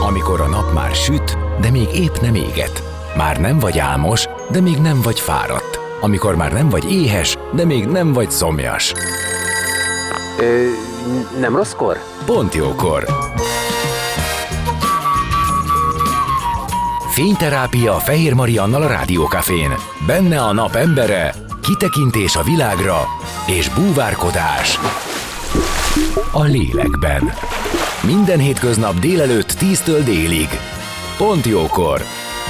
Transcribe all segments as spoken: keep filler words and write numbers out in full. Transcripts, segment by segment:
Amikor a nap már süt, de még épp nem éget. Már nem vagy álmos, de még nem vagy fáradt. Amikor már nem vagy éhes, de még nem vagy szomjas. Ö, nem rosszkor? Pont jókor. Fényterápia Fehér Mariannal a Rádiókafén. Benne a nap embere, kitekintés a világra és búvárkodás a lélekben. Minden hétköznap délelőtt tíztől délig. Pont jókor.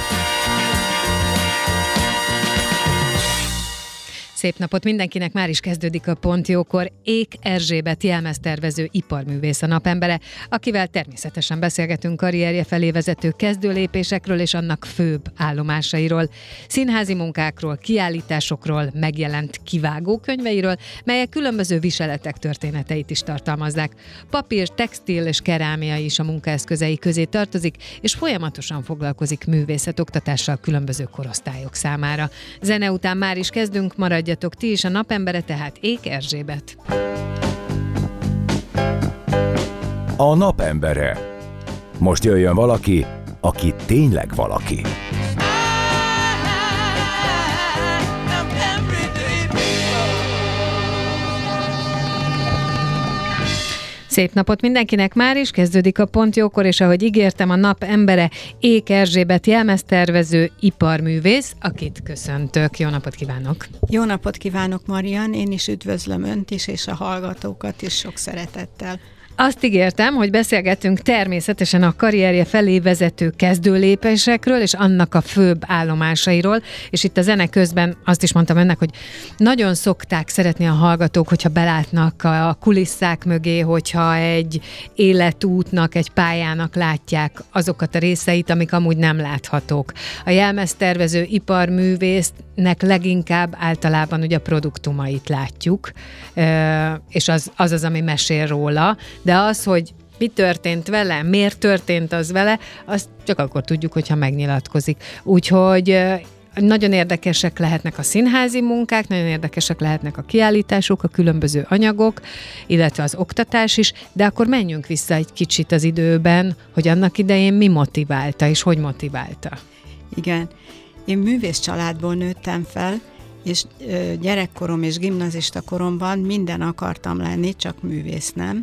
Szép napot mindenkinek, már is kezdődik a Pont jókor. Ék Erzsébet jelmeztervező iparművész a napembere, akivel természetesen beszélgetünk karrierje felé vezető kezdőlépésekről és annak főbb állomásairól. Színházi munkákról, kiállításokról, megjelent kivágókönyveiről, melyek különböző viseletek történeteit is tartalmazzák. Papír, textil és kerámia is a munkaeszközei közé tartozik, és folyamatosan foglalkozik művészetoktatással különböző korosztályok számára. Zene után már is kezdünk, maradj ti is a napembere, tehát Ék Erzsébet. A napembere. Most jöjjön valaki, aki tényleg valaki. Szép napot mindenkinek, már is kezdődik a Pont jókor, és ahogy ígértem, a nap embere Ék Erzsébet jelmeztervező iparművész, akit köszöntök. Jó napot kívánok! Jó napot kívánok, Marian! Én is üdvözlöm Önt is, és a hallgatókat is sok szeretettel. Azt ígértem, hogy beszélgetünk természetesen a karrierje felé vezető kezdőlépésekről, és annak a főbb állomásairól, és itt a zene közben azt is mondtam önnek, hogy nagyon szokták szeretni a hallgatók, hogyha belátnak a kulisszák mögé, hogyha egy életútnak, egy pályának látják azokat a részeit, amik amúgy nem láthatók. A jelmeztervező iparművésznek leginkább általában ugye a produktumait látjuk, és az az, az ami mesél róla, de az, hogy mi történt vele, miért történt az vele, azt csak akkor tudjuk, hogyha megnyilatkozik. Úgyhogy nagyon érdekesek lehetnek a színházi munkák, nagyon érdekesek lehetnek a kiállítások, a különböző anyagok, illetve az oktatás is, de akkor menjünk vissza egy kicsit az időben, hogy annak idején mi motiválta, és hogy motiválta. Igen, én művész családból nőttem fel, és gyerekkorom és gimnazista koromban minden akartam lenni, csak művész nem.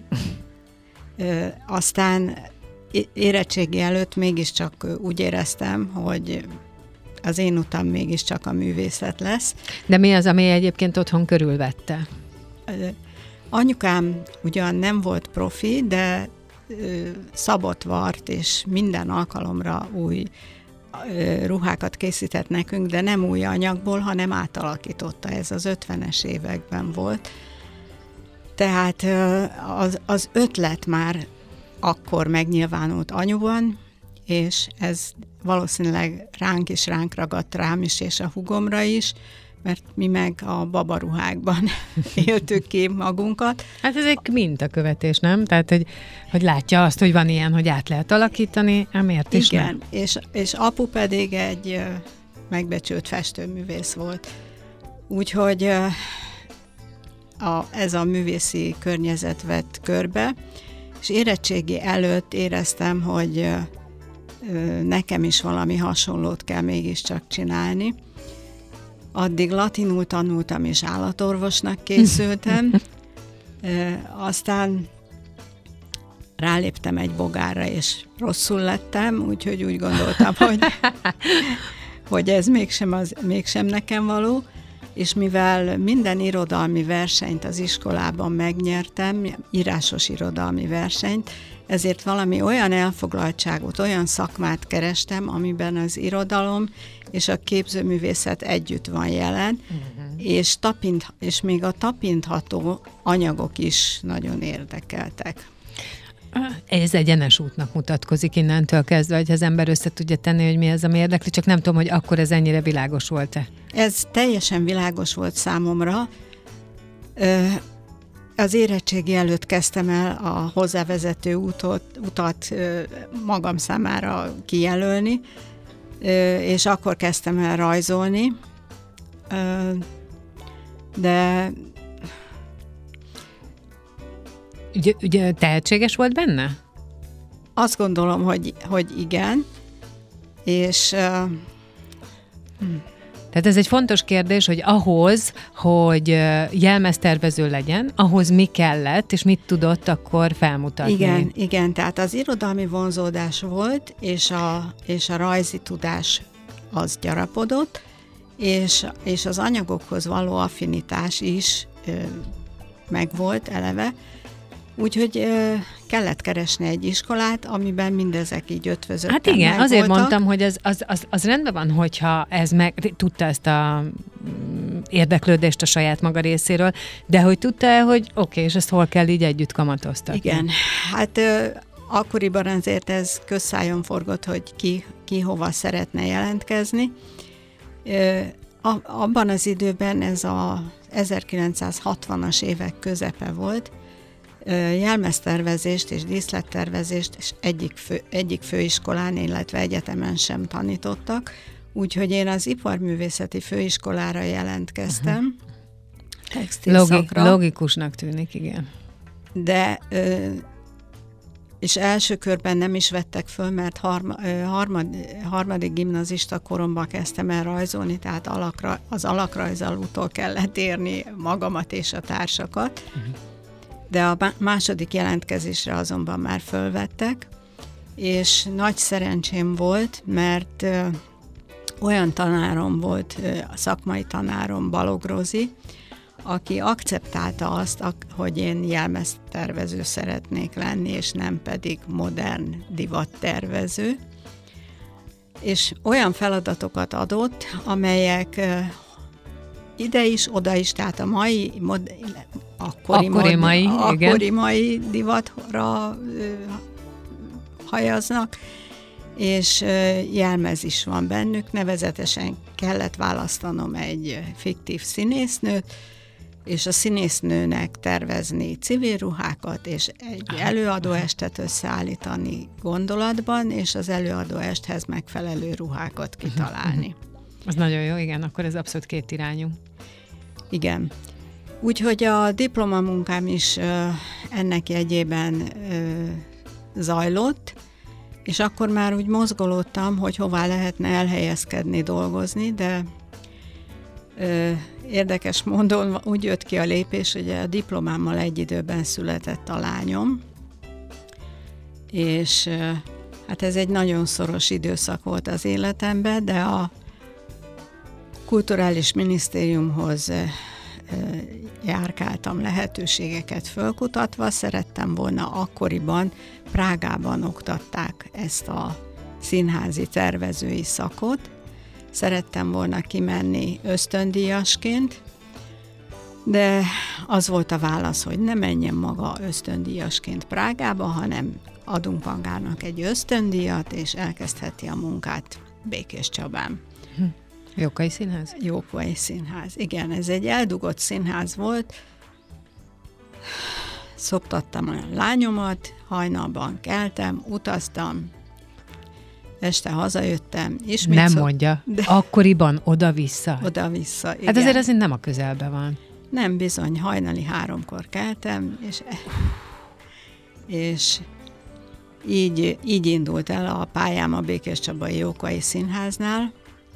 Ö, aztán érettségi előtt mégiscsak úgy éreztem, hogy az én utam mégiscsak a művészet lesz. De mi az, ami egyébként otthon körülvette? Ö, anyukám ugyan nem volt profi, de ö, szabott vart, és minden alkalomra új ö, ruhákat készített nekünk, de nem új anyagból, hanem átalakította. Ez az ötvenes években volt. Tehát az, az ötlet már akkor megnyilvánult anyuban, és ez valószínűleg ránk is ránk ragadt, rám is, és a húgomra is, mert mi meg a babaruhákban éltük ki magunkat. Hát ez egy mintakövetés, nem? Tehát, hogy, hogy látja azt, hogy van ilyen, hogy át lehet alakítani, miért is igen, nem? És, és apu pedig egy megbecsült festőművész volt. Úgyhogy A, ez a művészi környezet vett körbe, és érettségi előtt éreztem, hogy ö, nekem is valami hasonlót kell mégiscsak csinálni. Addig latinul tanultam, és állatorvosnak készültem. ö, aztán ráléptem egy bogárra, és rosszul lettem, úgyhogy úgy gondoltam, hogy, hogy ez mégsem, az, mégsem nekem való. És mivel minden irodalmi versenyt az iskolában megnyertem, írásos irodalmi versenyt, ezért valami olyan elfoglaltságot, olyan szakmát kerestem, amiben az irodalom és a képzőművészet együtt van jelen, uh-huh. és, tapint, és még a tapintható anyagok is nagyon érdekeltek. Ez egyenes útnak mutatkozik innentől kezdve, hogy az ember össze tudja tenni, hogy mi az, ami érdekli, csak nem tudom, hogy akkor ez ennyire világos volt-e. Ez teljesen világos volt számomra. Az érettségi előtt kezdtem el a hozzávezető útot, utat magam számára kijelölni, és akkor kezdtem el rajzolni, de Ugye, ugye tehetséges volt benne? azt gondolom, hogy, hogy igen, és... Uh, hm. Tehát ez egy fontos kérdés, hogy ahhoz, hogy jelmeztervező legyen, ahhoz mi kellett, és mit tudott akkor felmutatni? Igen, igen, tehát az irodalmi vonzódás volt, és a, és a rajzi tudás az gyarapodott, és, és az anyagokhoz való affinitás is ö, megvolt eleve, úgyhogy ö, kellett keresni egy iskolát, amiben mindezek így ötvözötten Hát igen, megvoltak. azért mondtam, hogy az, az, az, az rendben van, hogyha ez meg, tudta ezt a érdeklődést a saját maga részéről, de hogy tudta-e, hogy oké, okay, és ezt hol kell így együtt kamatoztatni? Igen, hát ö, akkoriban azért ez közszájon forgott, hogy ki, ki hova szeretne jelentkezni. Ö, a, abban az időben ez a ezerkilencszázhatvanas évek közepe volt, jelmeztervezést és díszlettervezést és egyik, fő, egyik főiskolán, illetve egyetemen sem tanítottak, úgyhogy én az iparművészeti főiskolára jelentkeztem, uh-huh. textil Logi- szakra. Logikusnak tűnik, igen. De, és első körben nem is vettek föl, mert harma, harmad, harmadik gimnazista koromban kezdtem el rajzolni, tehát alakra, az alakrajzalútól kellett érni magamat és a társakat. Uh-huh. De a második jelentkezésre azonban már fölvettek, és nagy szerencsém volt, mert ö, olyan tanárom volt, ö, a szakmai tanárom, Balog Rozi, aki akceptálta azt, hogy én jelmeztervező szeretnék lenni, és nem pedig modern divattervező. És olyan feladatokat adott, amelyek ö, ide is, oda is, tehát a mai, mod, akkori, akkori, mod, mai, akkori mai divatra ö, hajaznak, és ö, jelmez is van bennük, nevezetesen kellett választanom egy fiktív színésznőt, és a színésznőnek tervezni civil ruhákat, és egy előadóestet összeállítani gondolatban, és az előadóesthez megfelelő ruhákat kitalálni. Az nagyon jó, igen, akkor ez abszolút kétirányú. Igen. Úgyhogy a diplomamunkám is ö, ennek jegyében ö, zajlott, és akkor már úgy mozgolódtam, hogy hová lehetne elhelyezkedni, dolgozni, de ö, érdekes módon úgy jött ki a lépés, hogy a diplomámmal egy időben született a lányom, és ö, hát ez egy nagyon szoros időszak volt az életemben, de a Kulturális Minisztériumhoz járkáltam lehetőségeket fölkutatva, szerettem volna akkoriban, Prágában oktatták ezt a színházi tervezői szakot, szerettem volna kimenni ösztöndíjasként, de az volt a válasz, hogy ne menjen maga ösztöndíjasként Prágába, hanem adunk magának egy ösztöndíjat, és elkezdheti a munkát Békéscsabán. Hm. Jókai Színház? Jókai Színház. Igen, ez egy eldugott színház volt. Szoptattam a lányomat, hajnalban keltem, utaztam, este hazajöttem. Ismét nem szok... mondja. De... Akkoriban oda-vissza? Oda-vissza, igen. Hát azért azért nem a közelben van. Nem, bizony, hajnali háromkor keltem, és, és így, így indult el a pályám a Békéscsabai Jókai Színháznál.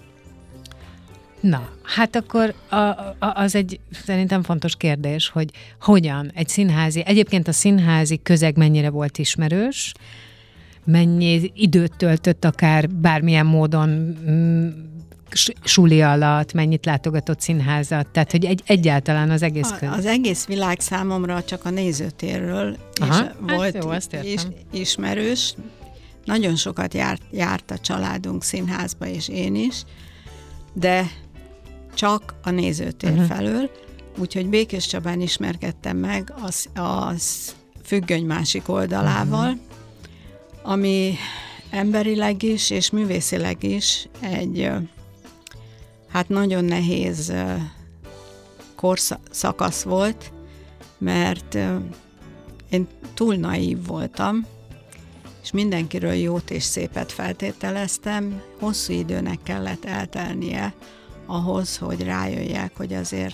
Na, hát akkor a, a, az egy szerintem fontos kérdés, hogy hogyan egy színházi, egyébként a színházi közeg mennyire volt ismerős, mennyi időt töltött akár bármilyen módon mm, suli alatt, mennyit látogatott színházat, tehát hogy egy, egyáltalán az egész közeg. Az egész világ számomra csak a nézőtérről Aha, és volt hát jó, azt is, ismerős. Nagyon sokat járt, járt a családunk színházba, és én is, de csak a nézőtér uh-huh. felől, úgyhogy Békéscsabán ismerkedtem meg az, az függöny másik oldalával, uh-huh. ami emberileg is és művészileg is egy hát nagyon nehéz korszakasz volt, mert én túl naív voltam, és mindenkiről jót és szépet feltételeztem, hosszú időnek kellett eltelnie ahhoz, hogy rájöjjek, hogy azért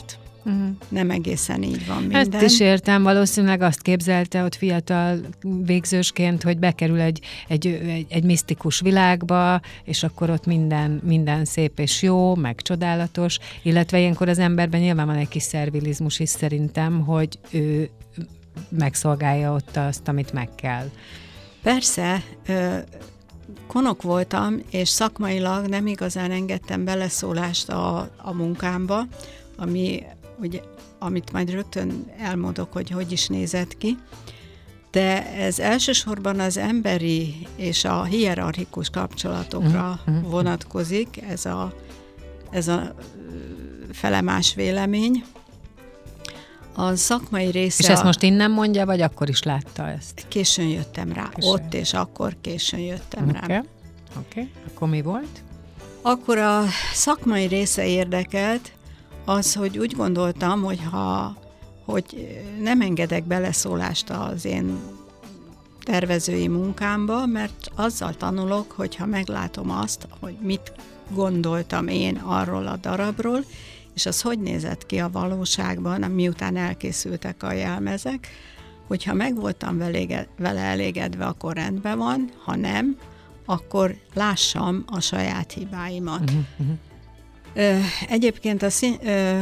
uh-huh. nem egészen így van minden. Ezt is értem, valószínűleg azt képzelte ott fiatal végzősként, hogy bekerül egy, egy, egy, egy misztikus világba, és akkor ott minden, minden szép és jó, meg csodálatos, illetve ilyenkor az emberben nyilván van egy kis szervilizmus is szerintem, hogy ő megszolgálja ott azt, amit meg kell. Persze, konok voltam, és szakmailag nem igazán engedtem beleszólást a, a munkámba, ami, ugye, amit majd rögtön elmondok, hogy hogy is nézett ki, de ez elsősorban az emberi és a hierarchikus kapcsolatokra mm-hmm. vonatkozik, ez a, ez a felemás vélemény. A szakmai része... És ezt most innen mondja, vagy akkor is látta ezt? Későn jöttem rá. Későn. Ott és akkor későn jöttem okay. rá. Oké, okay. Akkor mi volt? Akkor a szakmai része érdekelt, az, hogy úgy gondoltam, hogy ha hogy nem engedek beleszólást az én tervezői munkámba, mert azzal tanulok, hogyha meglátom azt, hogy mit gondoltam én arról a darabról, és az hogy nézett ki a valóságban, miután elkészültek a jelmezek, hogyha meg voltam vele elégedve, akkor rendben van, ha nem, akkor lássam a saját hibáimat. Uh-huh, uh-huh. Egyébként a, szín,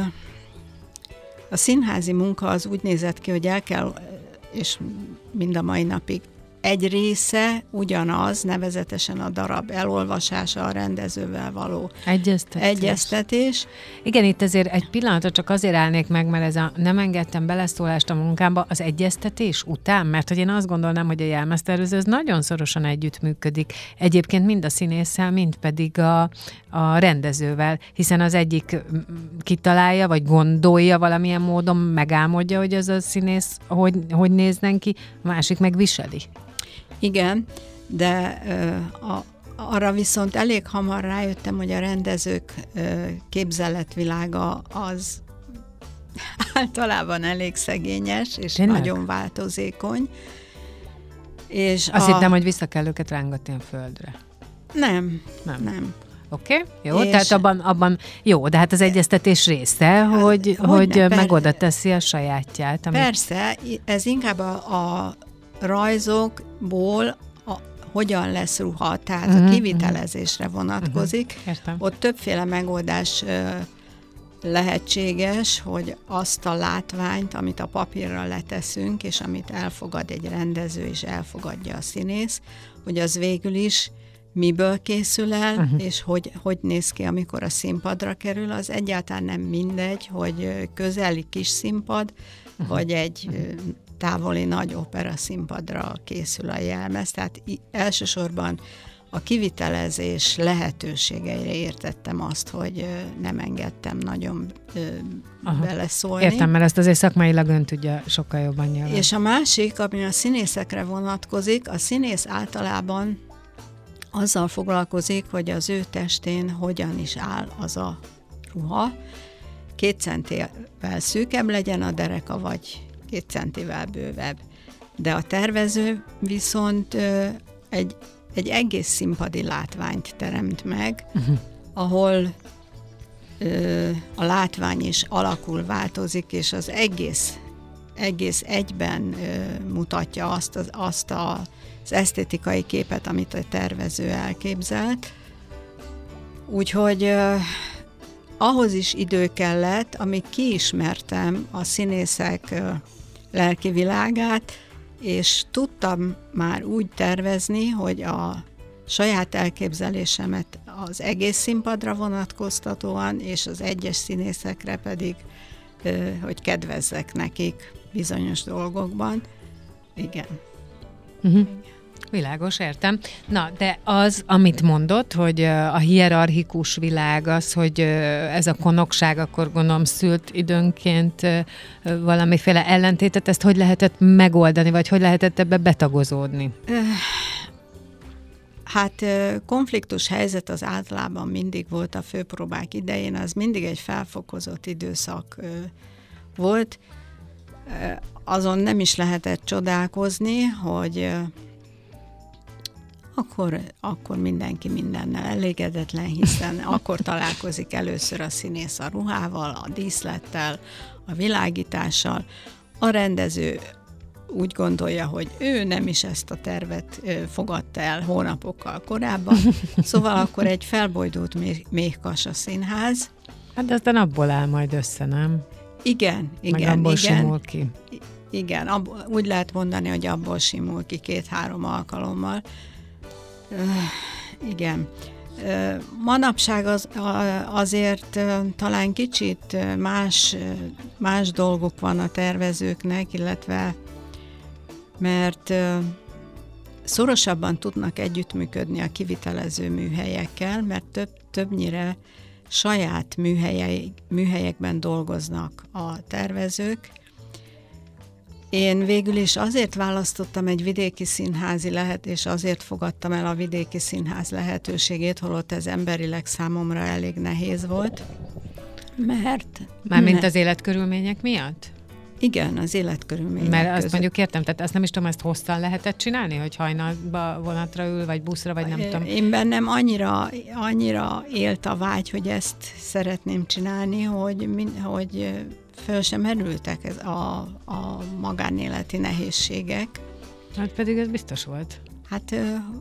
a színházi munka az úgy nézett ki, hogy el kell, és mind a mai napig egy része ugyanaz, nevezetesen a darab elolvasása, a rendezővel való egyeztetés. egyeztetés. Igen, itt azért egy pillanatot csak azért állnék meg, mert ez a nem engedtem beleszólást a munkámba az egyeztetés után, mert hogy én azt gondolnám, hogy a jelmeztervező az nagyon szorosan együttműködik. Egyébként mind a színésszel, mind pedig a, a rendezővel, hiszen az egyik kitalálja, vagy gondolja valamilyen módon, megálmodja, hogy az a színész hogy, hogy nézzen ki, a másik meg viseli. Igen, de uh, a, arra viszont elég hamar rájöttem, hogy a rendezők uh, képzeletvilága az általában elég szegényes, és Tényleg? Nagyon változékony. És Azt a... hittem, hogy vissza kell őket rángatni a földre. Nem, nem. nem. Oké, okay, jó, és tehát abban, abban jó, de hát az egyeztetés része, hogy, hogy, hogy ne, meg oda teszi a sajátját. Amit... Persze, ez inkább a, a rajzokból a, hogyan lesz ruha, tehát uh-huh, a kivitelezésre vonatkozik. Uh-huh, Ott többféle megoldás uh, lehetséges, hogy azt a látványt, amit a papírra leteszünk, és amit elfogad egy rendező, és elfogadja a színész, hogy az végül is miből készül el, uh-huh. és hogy, hogy néz ki, amikor a színpadra kerül, az egyáltalán nem mindegy, hogy közeli kis színpad, uh-huh. vagy egy uh-huh. távoli nagy opera színpadra készül a jelmez. Tehát elsősorban a kivitelezés lehetőségeire értettem azt, hogy nem engedtem nagyon Aha. beleszólni. Értem, mert ezt azért szakmailag ön tudja sokkal jobban nyilván. És a másik, ami a színészekre vonatkozik, a színész általában azzal foglalkozik, hogy az ő testén hogyan is áll az a ruha. Két centivel szűkebb legyen a dereka, vagy két centivel bővebb. De a tervező viszont ö, egy, egy egész színpadi látványt teremt meg, uh-huh. ahol ö, a látvány is alakul, változik, és az egész, egész egyben ö, mutatja azt, az, azt a az esztétikai képet, amit a tervező elképzelt. Úgyhogy eh, ahhoz is idő kellett, amíg kiismertem a színészek eh, lelki világát, és tudtam már úgy tervezni, hogy a saját elképzelésemet az egész színpadra vonatkoztatóan, és az egyes színészekre pedig, eh, hogy kedvezzek nekik bizonyos dolgokban. Igen. Uh-huh. Világos, értem. Na, de az, amit mondott, hogy a hierarchikus világ az, hogy ez a konokság, akkor gondolom szült időnként valamiféle ellentétet, ezt hogy lehetett megoldani, vagy hogy lehetett ebbe betagozódni? Hát konfliktus helyzet az általában mindig volt a főpróbák idején, az mindig egy felfokozott időszak volt. Azon nem is lehetett csodálkozni, hogy akkor, akkor mindenki mindennel elégedetlen, hiszen akkor találkozik először a színész a ruhával, a díszlettel, a világítással. A rendező úgy gondolja, hogy ő nem is ezt a tervet fogadta el hónapokkal korábban, szóval akkor egy felbojdult méhkas a színház. Hát de aztán abból áll majd össze, nem? Igen, igen, meg abból igen. simul ki. Igen, ab, úgy lehet mondani, hogy abból simul ki két-három alkalommal. Uh, igen. Uh, manapság az, uh, azért uh, talán kicsit uh, más, uh, más dolgok van a tervezőknek, illetve mert uh, szorosabban tudnak együttműködni a kivitelező műhelyekkel, mert több, többnyire saját műhelyek, műhelyekben dolgoznak a tervezők. Én végül is azért választottam egy vidéki színházi lehet, és azért fogadtam el a vidéki színház lehetőségét, holott ez emberileg számomra elég nehéz volt, mert... Mármint az életkörülmények miatt? Igen, az életkörülmények Mert között. azt mondjuk értem, tehát azt nem is tudom, ezt hosszan lehetett csinálni, hogy hajnalba vonatra ül, vagy buszra, vagy nem Én tudom. Én bennem annyira, annyira élt a vágy, hogy ezt szeretném csinálni, hogy, hogy föl sem merültek ez a, a magánéleti nehézségek. Hát pedig ez biztos volt. Hát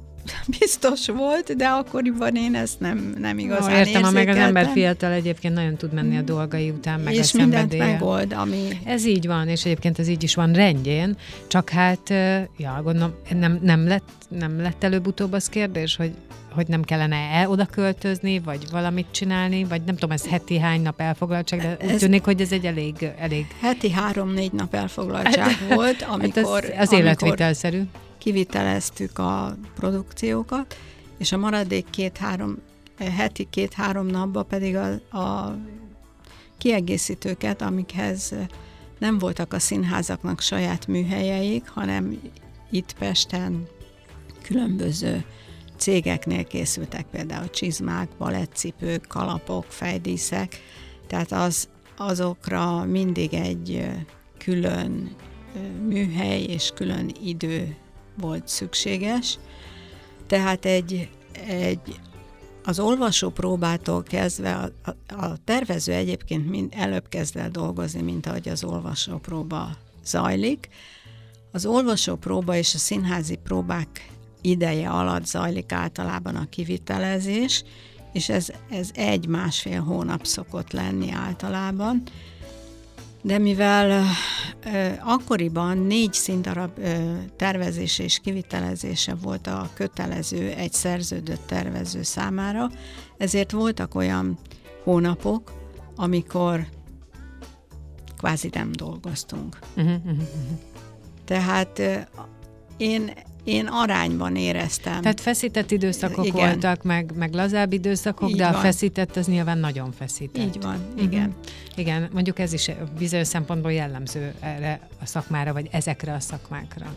biztos volt, de akkoriban én ezt nem, nem igazán no, értem, érzékeltem. meg az ember fiatal egyébként nagyon tud menni a dolgai után, meg és a mindent szenvedélye. megold, ami... Ez így van, és egyébként ez így is van rendjén, csak hát, ja, gondolom, nem, nem, lett, nem lett előbb-utóbb az kérdés, hogy, hogy nem kellene oda költözni, vagy valamit csinálni, vagy nem tudom, ez heti hány nap elfoglaltság, de úgy ez tűnik, hogy ez egy elég... elég... Heti három-négy nap elfoglaltság volt, amikor... Hát ez, az életvitelszerű. Kiviteleztük a produkciókat, és a maradék két-három, heti két-három napban pedig a, a kiegészítőket, amikhez nem voltak a színházaknak saját műhelyeik, hanem itt Pesten különböző cégeknél készültek, például csizmák, balettcipők, kalapok, fejdíszek, tehát az, azokra mindig egy külön műhely és külön idő volt szükséges. Tehát egy, egy az olvasópróbától kezdve, a, a, a tervező egyébként mind előbb kezd el dolgozni, mint ahogy az olvasópróba zajlik. Az olvasópróba és a színházi próbák ideje alatt zajlik általában a kivitelezés, és ez, ez egy-másfél hónap szokott lenni általában. De mivel ö, akkoriban négy színdarab ö, tervezése és kivitelezése volt a kötelező egy szerződött tervező számára, ezért voltak olyan hónapok, amikor kvázi nem dolgoztunk. Uh-huh, uh-huh. Tehát ö, én Én arányban éreztem. Tehát feszített időszakok igen. voltak, meg, meg lazább időszakok, így de van. A feszített az nyilván nagyon feszített. Így van, uh-huh. igen. Igen, mondjuk ez is bizonyos szempontból jellemző erre a szakmára, vagy ezekre a szakmákra.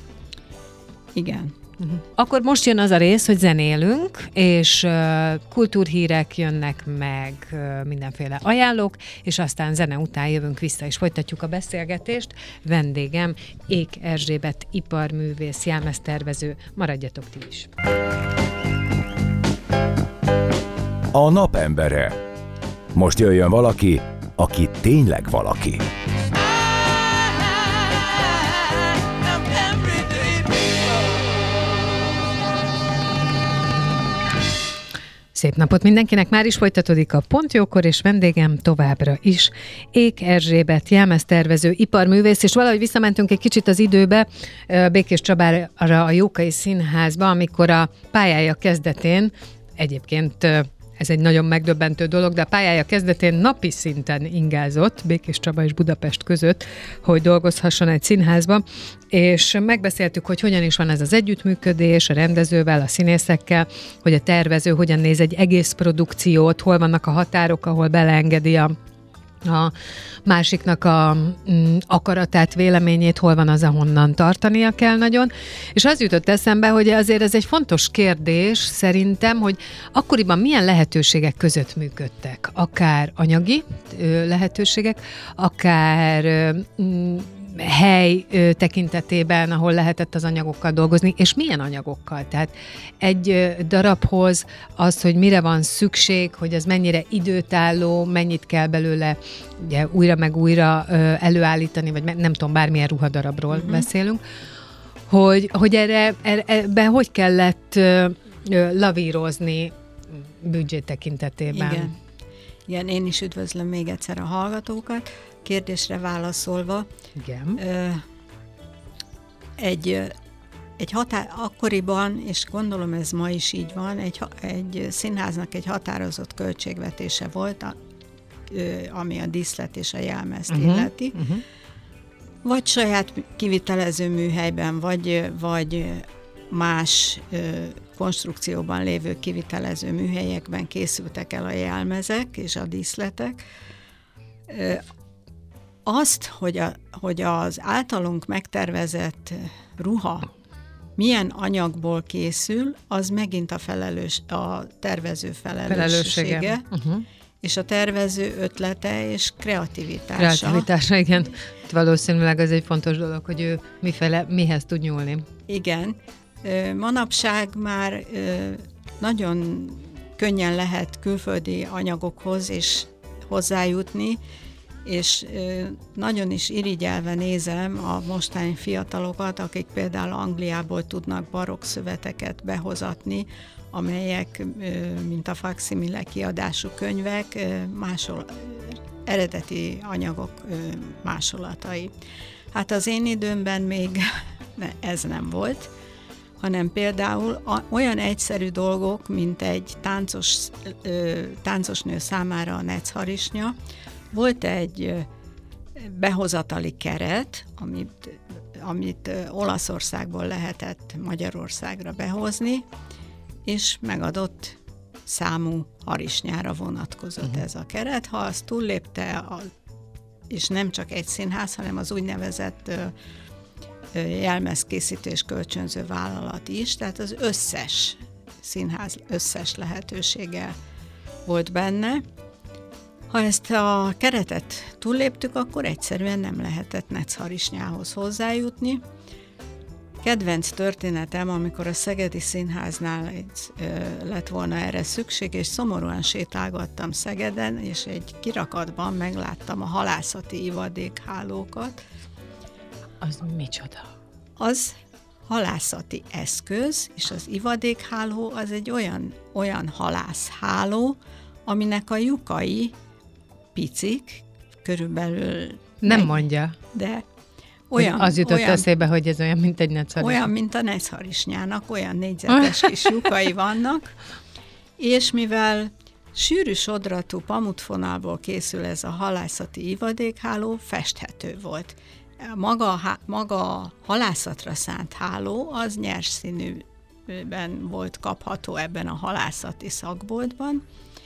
Igen. Uh-huh. Akkor most jön az a rész, hogy zenélünk, és uh, kultúrhírek jönnek meg, uh, mindenféle ajánlók, és aztán zene után jövünk vissza, és folytatjuk a beszélgetést. Vendégem Ék Erzsébet, iparművész, jelmeztervező. Maradjatok ti is. A napembere. Most jöjjön valaki, aki tényleg valaki. Szép napot mindenkinek, már is folytatódik a Pontjókor, és vendégem továbbra is Ék Erzsébet, jelmeztervező, iparművész, és valahogy visszamentünk egy kicsit az időbe, Békés Csabára, a Jókai Színházba, amikor a pályája kezdetén, egyébként ez egy nagyon megdöbbentő dolog, de a pályája kezdetén napi szinten ingázott Békés Csaba és Budapest között, hogy dolgozhasson egy színházba, és megbeszéltük, hogy hogyan is van ez az együttműködés a rendezővel, a színészekkel, hogy a tervező hogyan néz egy egész produkciót, hol vannak a határok, ahol beleengedi a a másiknak a mm, akaratát, véleményét, hol van az, ahonnan tartania kell nagyon. És az jutott eszembe, hogy azért ez egy fontos kérdés szerintem, hogy akkoriban milyen lehetőségek között működtek. Akár anyagi ö, lehetőségek, akár ö, mm, hely ö, tekintetében, ahol lehetett az anyagokkal dolgozni, és milyen anyagokkal? Tehát egy ö, darabhoz az, hogy mire van szükség, hogy az mennyire időtálló, mennyit kell belőle ugye, újra meg újra ö, előállítani, vagy nem tudom, bármilyen ruhadarabról uh-huh. beszélünk, hogy, hogy erre, erre, ebbe hogy kellett ö, ö, lavírozni büdzsé tekintetében. Igen. Igen, én is üdvözlöm még egyszer a hallgatókat. Kérdésre válaszolva. Igen. Ö, egy, egy határ, akkoriban, és gondolom ez ma is így van, egy, egy színháznak egy határozott költségvetése volt, a, ö, ami a díszlet és a jelmezt uh-huh. illeti. Uh-huh. Vagy saját kivitelező műhelyben, vagy, vagy más ö, konstrukcióban lévő kivitelező műhelyekben készültek el a jelmezek és a díszletek. Ö, azt, hogy, a, hogy az általunk megtervezett ruha milyen anyagból készül, az megint a, felelős, a tervező felelőssége, uh-huh. és a tervező ötlete és kreativitása. Kreativitása, igen. Valószínűleg ez egy fontos dolog, hogy ő mifele, mihez tud nyúlni. Igen. Manapság már nagyon könnyen lehet külföldi anyagokhoz is hozzájutni, és nagyon is irigyelve nézem a mostani fiatalokat, akik például Angliából tudnak barokk szöveteket behozatni, amelyek, mint a faksimile kiadású könyvek, másol, eredeti anyagok másolatai. Hát az én időmben még ez nem volt, hanem például olyan egyszerű dolgok, mint egy táncos, táncosnő számára a neccharisnya. Volt egy behozatali keret, amit, amit Olaszországból lehetett Magyarországra behozni, és megadott számú harisnyára vonatkozott uh-huh. ez a keret. Ha azt túllépte, a, és nem csak egy színház, hanem az úgynevezett jelmezkészítő és kölcsönző vállalat is, tehát az összes színház összes lehetősége volt benne. Ha ezt a keretet túlléptük, akkor egyszerűen nem lehetett neccharisnyához hozzájutni. Kedvenc történetem, amikor a Szegedi Színháznál egy, ö, lett volna erre szükség, és szomorúan sétálgattam Szegeden, és egy kirakatban megláttam a halászati ivadékhálókat. Az micsoda? Az halászati eszköz, és az ivadékháló az egy olyan, olyan halászháló, aminek a lyukai picik, körülbelül... Nem meg, mondja. De olyan... Az jutott olyan, eszébe, hogy ez olyan, mint egy neccharisnya. Olyan, mint a neccharisnyának, olyan négyzetes kis lyukai vannak, és mivel sűrű sodratú pamutfonalból készül ez a halászati ivadékháló, festhető volt. Maga, maga a halászatra szánt háló az nyers színűben volt kapható ebben a halászati szakboltban.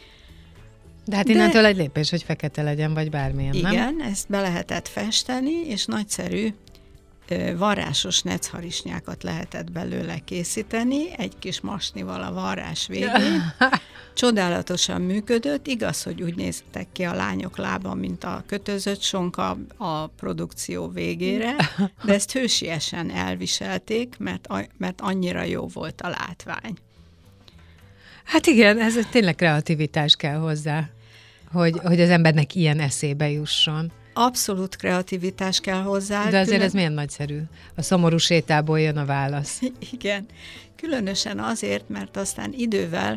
De hát innentől De, egy lépés, hogy fekete legyen, vagy bármilyen, igen, nem? Igen, ezt be lehetett festeni, és nagyszerű varrásos neccharisnyákat lehetett belőle készíteni, egy kis masnival a varrás végén. Csodálatosan működött, igaz, hogy úgy néztek ki a lányok lába, mint a kötözött sonka a produkció végére, de ezt hősiesen elviselték, mert, mert annyira jó volt a látvány. Hát igen, ez tényleg kreativitás kell hozzá, hogy, hogy az embernek ilyen eszébe jusson. Abszolút kreativitás kell hozzá. De azért külön... ez milyen nagyszerű. A szomorú sétából jön a válasz. Igen. Különösen azért, mert aztán idővel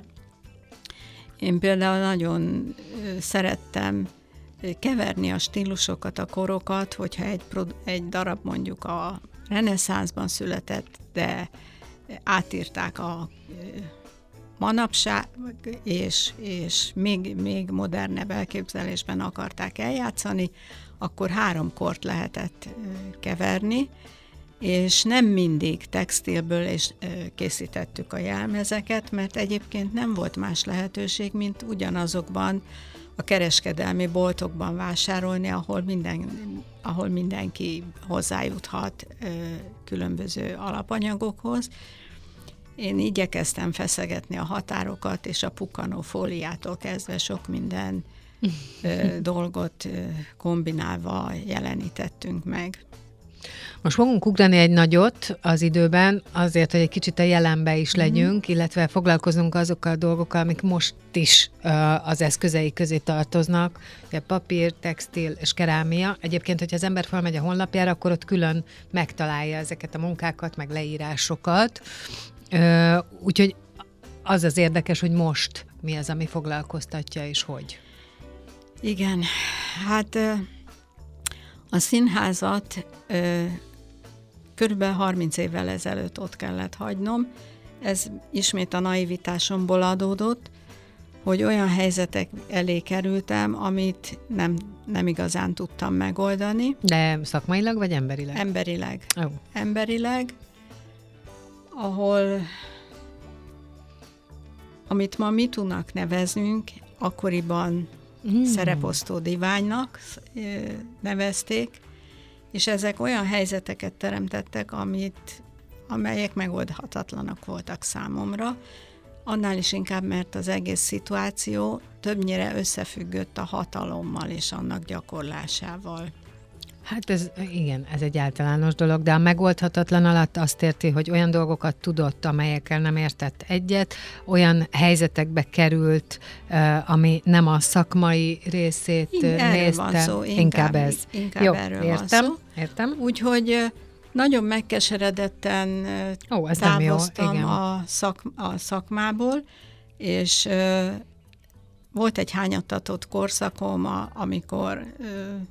én például nagyon szerettem keverni a stílusokat, a korokat, hogyha egy, egy darab mondjuk a reneszánszban született, de átírták a manapság, és, és még, még modernebb elképzelésben akarták eljátszani, akkor három kort lehetett keverni, és nem mindig textilből és készítettük a jelmezeket, mert egyébként nem volt más lehetőség, mint ugyanazokban a kereskedelmi boltokban vásárolni, ahol, minden, ahol mindenki hozzájuthat különböző alapanyagokhoz. Én igyekeztem feszegetni a határokat, és a pukkanó fóliától kezdve sok minden ö, dolgot ö, kombinálva jelenítettünk meg. Most fogunk ugrani egy nagyot az időben, azért, hogy egy kicsit a jelenbe is legyünk, mm. illetve foglalkozunk azokkal a dolgokkal, amik most is uh, az eszközei közé tartoznak, ugye papír, textil és kerámia. Egyébként, hogyha az ember felmegy a honlapjára, akkor ott külön megtalálja ezeket a munkákat, meg leírásokat. Uh, úgyhogy az az érdekes, hogy most mi az, ami foglalkoztatja, és hogy. Igen, hát a színházat körülbelül harminc évvel ezelőtt ott kellett hagynom. Ez ismét a naivitásomból adódott, hogy olyan helyzetek elé kerültem, amit nem, nem igazán tudtam megoldani. De szakmailag vagy emberileg? Emberileg. Oh. Emberileg, ahol amit ma MeToo-nak nevezünk, akkoriban mm. szereposztó diványnak nevezték, és ezek olyan helyzeteket teremtettek, amit, amelyek megoldhatatlanak voltak számomra, annál is inkább, mert az egész szituáció többnyire összefüggött a hatalommal és annak gyakorlásával. Hát ez, igen, ez egy általános dolog, de a megoldhatatlan alatt azt érti, hogy olyan dolgokat tudott, amelyekkel nem értett egyet, olyan helyzetekbe került, uh, ami nem a szakmai részét Igen, nézte. Erről van szó, inkább, inkább ez. Inkább Jó, erről értem, van szó. értem. Úgyhogy nagyon megkeseredetten Ó, távoztam jó, a, szak, a szakmából, és uh, volt egy hányattatott korszakom, a, amikor uh,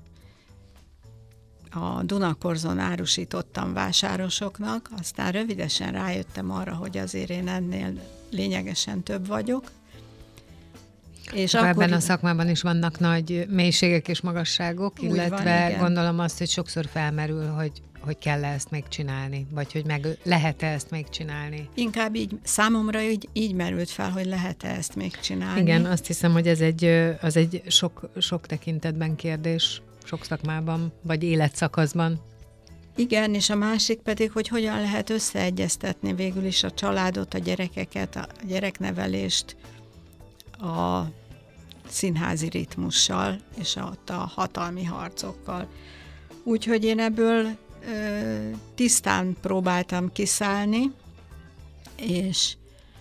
a Dunakorzon árusítottam vásárosoknak, aztán rövidesen rájöttem arra, hogy azért én ennél lényegesen több vagyok. És akkor akkor ebben a szakmában is vannak nagy mélységek és magasságok, illetve van, gondolom azt, hogy sokszor felmerül, hogy, hogy kell-e ezt még csinálni, vagy hogy meg lehet-e ezt még csinálni. Inkább így, számomra így, így merült fel, hogy lehet-e ezt még csinálni. Igen, azt hiszem, hogy ez egy, az egy sok, sok tekintetben kérdés, sok szakmában, vagy életszakaszban. Igen, és a másik pedig, hogy hogyan lehet összeegyeztetni végül is a családot, a gyerekeket, a gyereknevelést a színházi ritmussal, és ott a hatalmi harcokkal. Úgyhogy én ebből ö, tisztán próbáltam kiszállni, és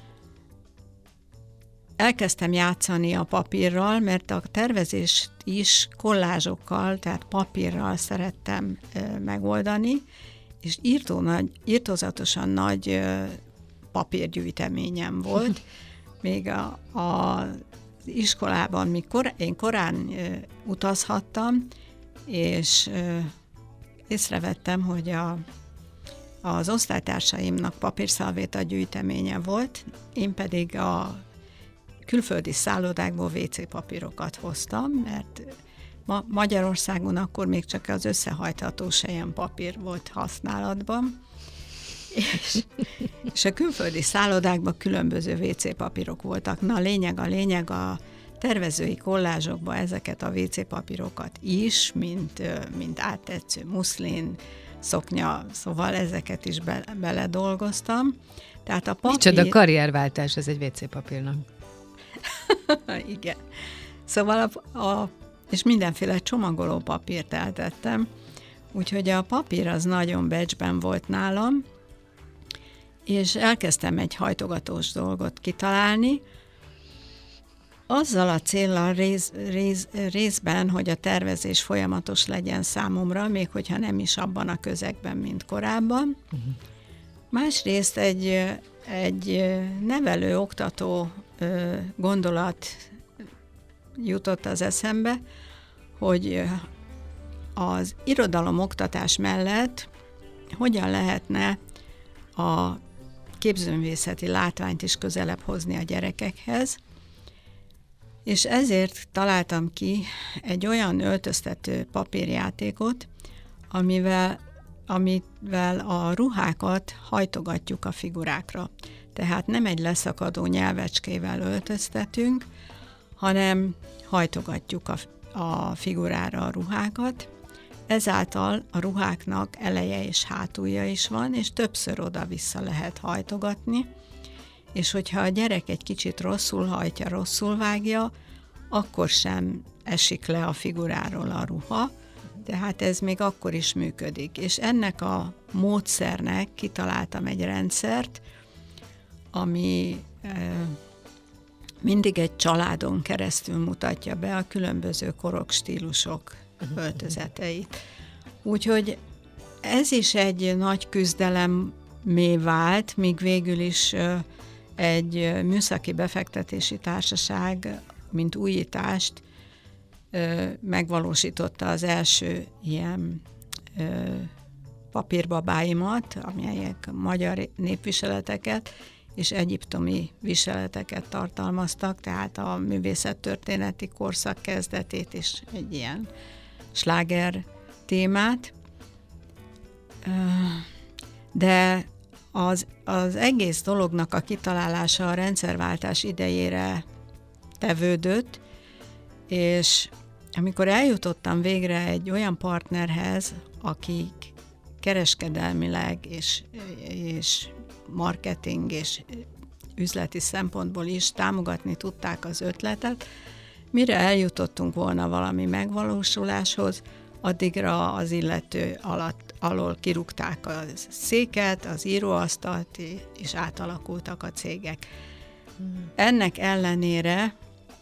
elkezdtem játszani a papírral, mert a tervezést is kollázsokkal, tehát papírral szerettem ö, megoldani, és írtó nagy, írtózatosan nagy ö, papírgyűjteményem volt. Még a, a, az iskolában, mikor én korán ö, utazhattam, és ö, észrevettem, hogy a, az osztálytársaimnak papírszalvéta gyűjteménye volt, én pedig a külföldi szállodákból vé cé papírokat hoztam, mert ma Magyarországon akkor még csak az összehajtható selyem papír volt használatban, és, és a külföldi szállodákban különböző vé cé papírok voltak. Na a lényeg, a lényeg a tervezői kollázsokba ezeket a vé cé papírokat is, mint, mint áttetsző muszlin, szoknya, szóval ezeket is be, beledolgoztam. Tehát a papír... Micsoda karrierváltás ez egy vé cé papírnak. Igen. Szóval a, a, és mindenféle csomagoló papírt eltettem, úgyhogy a papír az nagyon becsben volt nálam, és elkezdtem egy hajtogatós dolgot kitalálni, azzal a céllal rész, rész, részben, hogy a tervezés folyamatos legyen számomra, még hogyha nem is abban a közegben, mint korábban. Uh-huh. Másrészt egy, egy nevelő, oktató gondolat jutott az eszembe, hogy az irodalomoktatás mellett hogyan lehetne a képzőművészeti látványt is közelebb hozni a gyerekekhez, és ezért találtam ki egy olyan öltöztető papírjátékot, amivel, amivel a ruhákat hajtogatjuk a figurákra. Tehát nem egy leszakadó nyelvecskével öltöztetünk, hanem hajtogatjuk a, a figurára a ruhákat. Ezáltal a ruháknak eleje és hátulja is van, és többször oda-vissza lehet hajtogatni, és hogyha a gyerek egy kicsit rosszul hajtja, rosszul vágja, akkor sem esik le a figuráról a ruha, Tehát ez még akkor is működik. És ennek a módszernek kitaláltam egy rendszert, ami mindig egy családon keresztül mutatja be a különböző korok, stílusok öltözeteit. Úgyhogy ez is egy nagy küzdelemmé vált, míg végül is egy műszaki befektetési társaság, mint újítást megvalósította az első ilyen papírbabáimat, amelyek magyar népviseleteket és egyiptomi viseleteket tartalmaztak, tehát a művészettörténeti korszak kezdetét és egy ilyen sláger témát. De az, az egész dolognak a kitalálása a rendszerváltás idejére tevődött, és amikor eljutottam végre egy olyan partnerhez, akik kereskedelmileg és, és marketing és üzleti szempontból is támogatni tudták az ötletet, mire eljutottunk volna valami megvalósuláshoz, addigra az illető alatt, alól kirúgták a széket, az íróasztalt, és átalakultak a cégek. Hmm. Ennek ellenére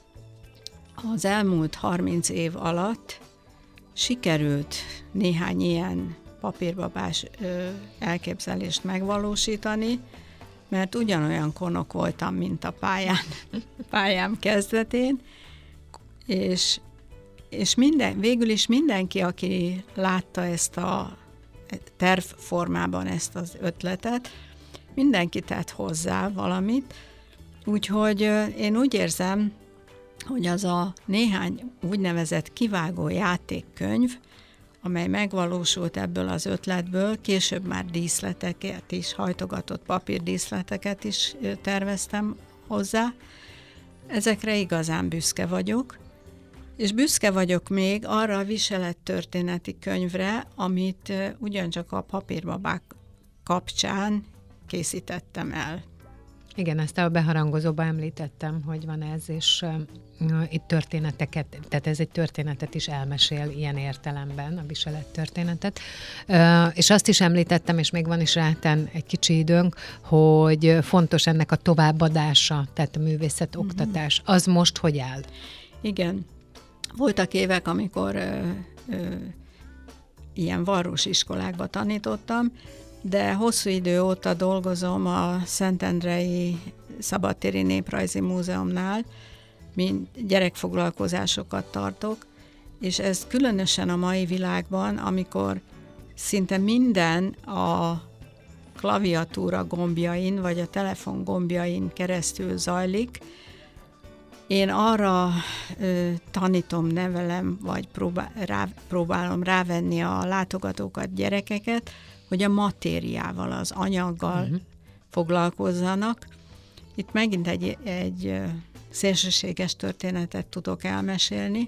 az elmúlt harminc év alatt sikerült néhány ilyen papírbabás ö, elképzelést megvalósítani, mert ugyanolyan konok voltam, mint a pályán, pályám kezdetén, és, és minden, végül is mindenki, aki látta ezt a terv formában ezt az ötletet, mindenki tett hozzá valamit, úgyhogy én úgy érzem, hogy az a néhány úgynevezett kivágó játékkönyv, amely megvalósult ebből az ötletből, később már díszleteket is, hajtogatott papírdíszleteket is terveztem hozzá. Ezekre igazán büszke vagyok, és büszke vagyok még arra a viselettörténeti könyvre, amit ugyancsak a papírbabák kapcsán készítettem el. Igen, ezt a beharangozóban említettem, hogy van ez, és uh, itt történeteket, tehát ez egy történetet is elmesél ilyen értelemben, a viselettörténetet. Uh, és azt is említettem, és még van is ráten egy kicsi időnk, hogy fontos ennek a továbbadása, tehát a művészet oktatás. Az most hogy áll? Igen. Voltak évek, amikor ö, ö, ilyen varrós iskolákba tanítottam, de hosszú idő óta dolgozom a Szentendrei Szabadtéri Néprajzi Múzeumnál, mint gyerekfoglalkozásokat tartok, és ez különösen a mai világban, amikor szinte minden a klaviatúra gombjain, vagy a telefon gombjain keresztül zajlik. Én arra ö, tanítom, nevelem, vagy próbál, rá, próbálom rávenni a látogatókat, gyerekeket, hogy a matériával, az anyaggal uh-huh. foglalkozzanak. Itt megint egy, egy szélsőséges történetet tudok elmesélni,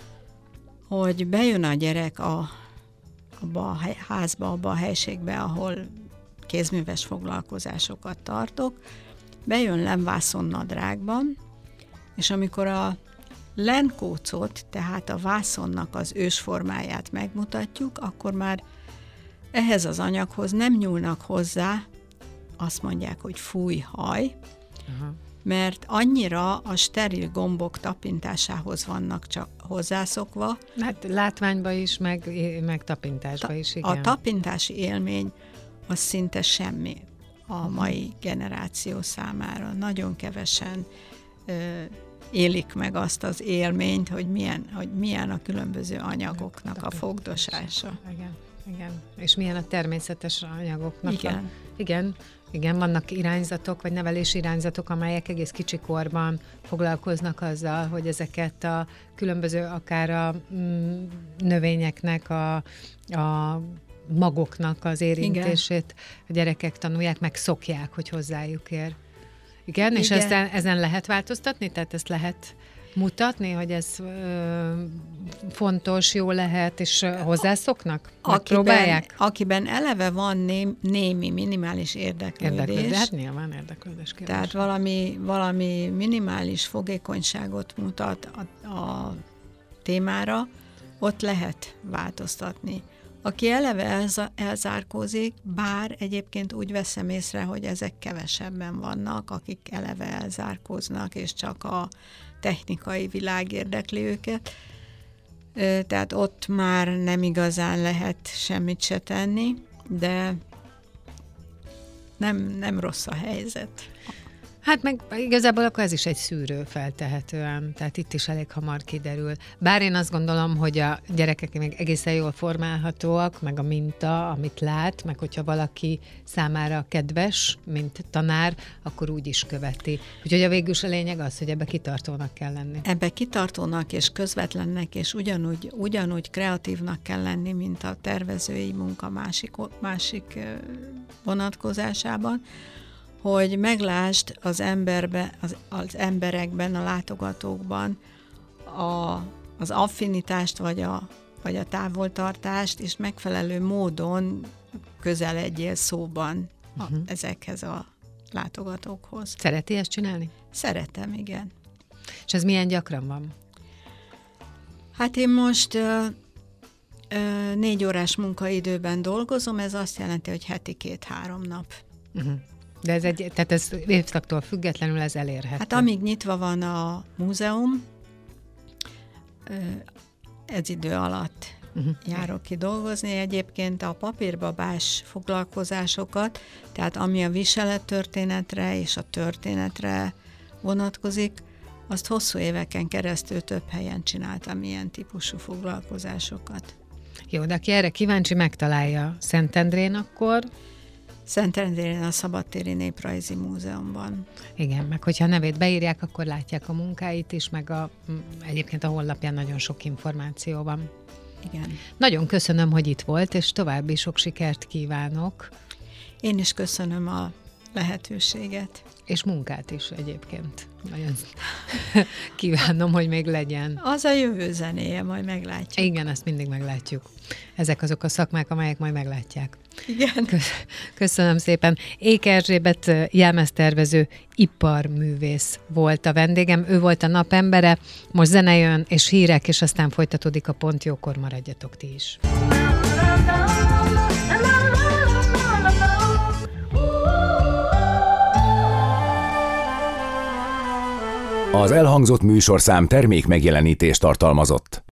hogy bejön a gyerek a, abba a házba, abba a helységbe, ahol kézműves foglalkozásokat tartok, bejön lenvászonnadrágban, és amikor a lenkócot, tehát a vászonnak az ősformáját megmutatjuk, akkor már ehhez az anyaghoz nem nyúlnak hozzá, azt mondják, hogy fúj haj, aha. mert annyira a steril gombok tapintásához vannak csak hozzászokva. Hát látványba is, meg, meg tapintásba Ta- is, igen. A tapintási élmény az szinte semmi a mai generáció számára. Nagyon kevesen ö, élik meg azt az élményt, hogy milyen, hogy milyen a különböző anyagoknak a fogdosása. Igen. Igen, és milyen a természetes anyagoknak. Igen. A, igen, igen, vannak irányzatok, vagy nevelési irányzatok, amelyek egész kicsikorban foglalkoznak azzal, hogy ezeket a különböző, akár a mm, növényeknek, a, a magoknak az érintését igen. a gyerekek tanulják, meg szokják, hogy hozzájuk ér. Igen, igen. És ezen, ezen lehet változtatni? Tehát ezt lehet mutatni, hogy ez ö, fontos, jó lehet, és hozzászoknak? Megpróbálják? Akiben, akiben eleve van né, némi, minimális érdeklődés. Érdeklődés, hát nyilván érdeklődés kérdés. Tehát valami, valami minimális fogékonyságot mutat a, a témára, ott lehet változtatni. Aki eleve elza- elzárkózik, bár egyébként úgy veszem észre, hogy ezek kevesebben vannak, akik eleve elzárkóznak, és csak a technikai világ érdekli őket. Tehát ott már nem igazán lehet semmit se tenni, de nem, nem rossz a helyzet. Hát meg igazából akkor ez is egy szűrő feltehetően, tehát itt is elég hamar kiderül. Bár én azt gondolom, hogy a gyerekek még egészen jól formálhatóak, meg a minta, amit lát, meg hogyha valaki számára kedves, mint tanár, akkor úgy is követi. Úgyhogy a végül is a lényeg az, hogy ebbe kitartónak kell lenni. Ebbe kitartónak és közvetlennek, és ugyanúgy, ugyanúgy kreatívnak kell lenni, mint a tervezői munka másik, másik vonatkozásában, hogy meglásd az emberbe, az, az emberekben, a látogatókban a, az affinitást, vagy a, vagy a távoltartást, és megfelelő módon közeledjél szóban a, uh-huh. ezekhez a látogatókhoz. Szereti ezt csinálni? Szeretem, igen. És ez milyen gyakran van? Hát én most ö, ö, négy órás munkaidőben dolgozom, ez azt jelenti, hogy heti két-három nap. Uh-huh. De ez egy, tehát ez évszaktól függetlenül ez elérhető. Hát amíg nyitva van a múzeum, ez idő alatt uh-huh. járok ki dolgozni. Egyébként a papírbabás foglalkozásokat, tehát ami a viselettörténetre és a történetre vonatkozik, azt hosszú éveken keresztül több helyen csináltam ilyen típusú foglalkozásokat. Jó, de aki erre kíváncsi, megtalálja Szentendrén akkor... Szentendrén a Szabadtéri Néprajzi Múzeumban. Igen, meg hogyha a nevét beírják, akkor látják a munkáit is, meg a, egyébként a honlapján nagyon sok információ van. Igen. Nagyon köszönöm, hogy itt volt, és további sok sikert kívánok. Én is köszönöm a lehetőséget. És munkát is egyébként. Nagyon kívánom, hogy még legyen. Az a jövő zenéje, majd meglátjuk. Igen, ezt mindig meglátjuk. Ezek azok a szakmák, amelyek majd meglátják. Igen. Köszönöm szépen. Ék Erzsébet jelmeztervező iparművész volt a vendégem. Ő volt a napembere. Most zene jön, és hírek, és aztán folytatódik a Pont Jókor, maradjatok ti is. Az elhangzott műsorszám termék megjelenítést tartalmazott.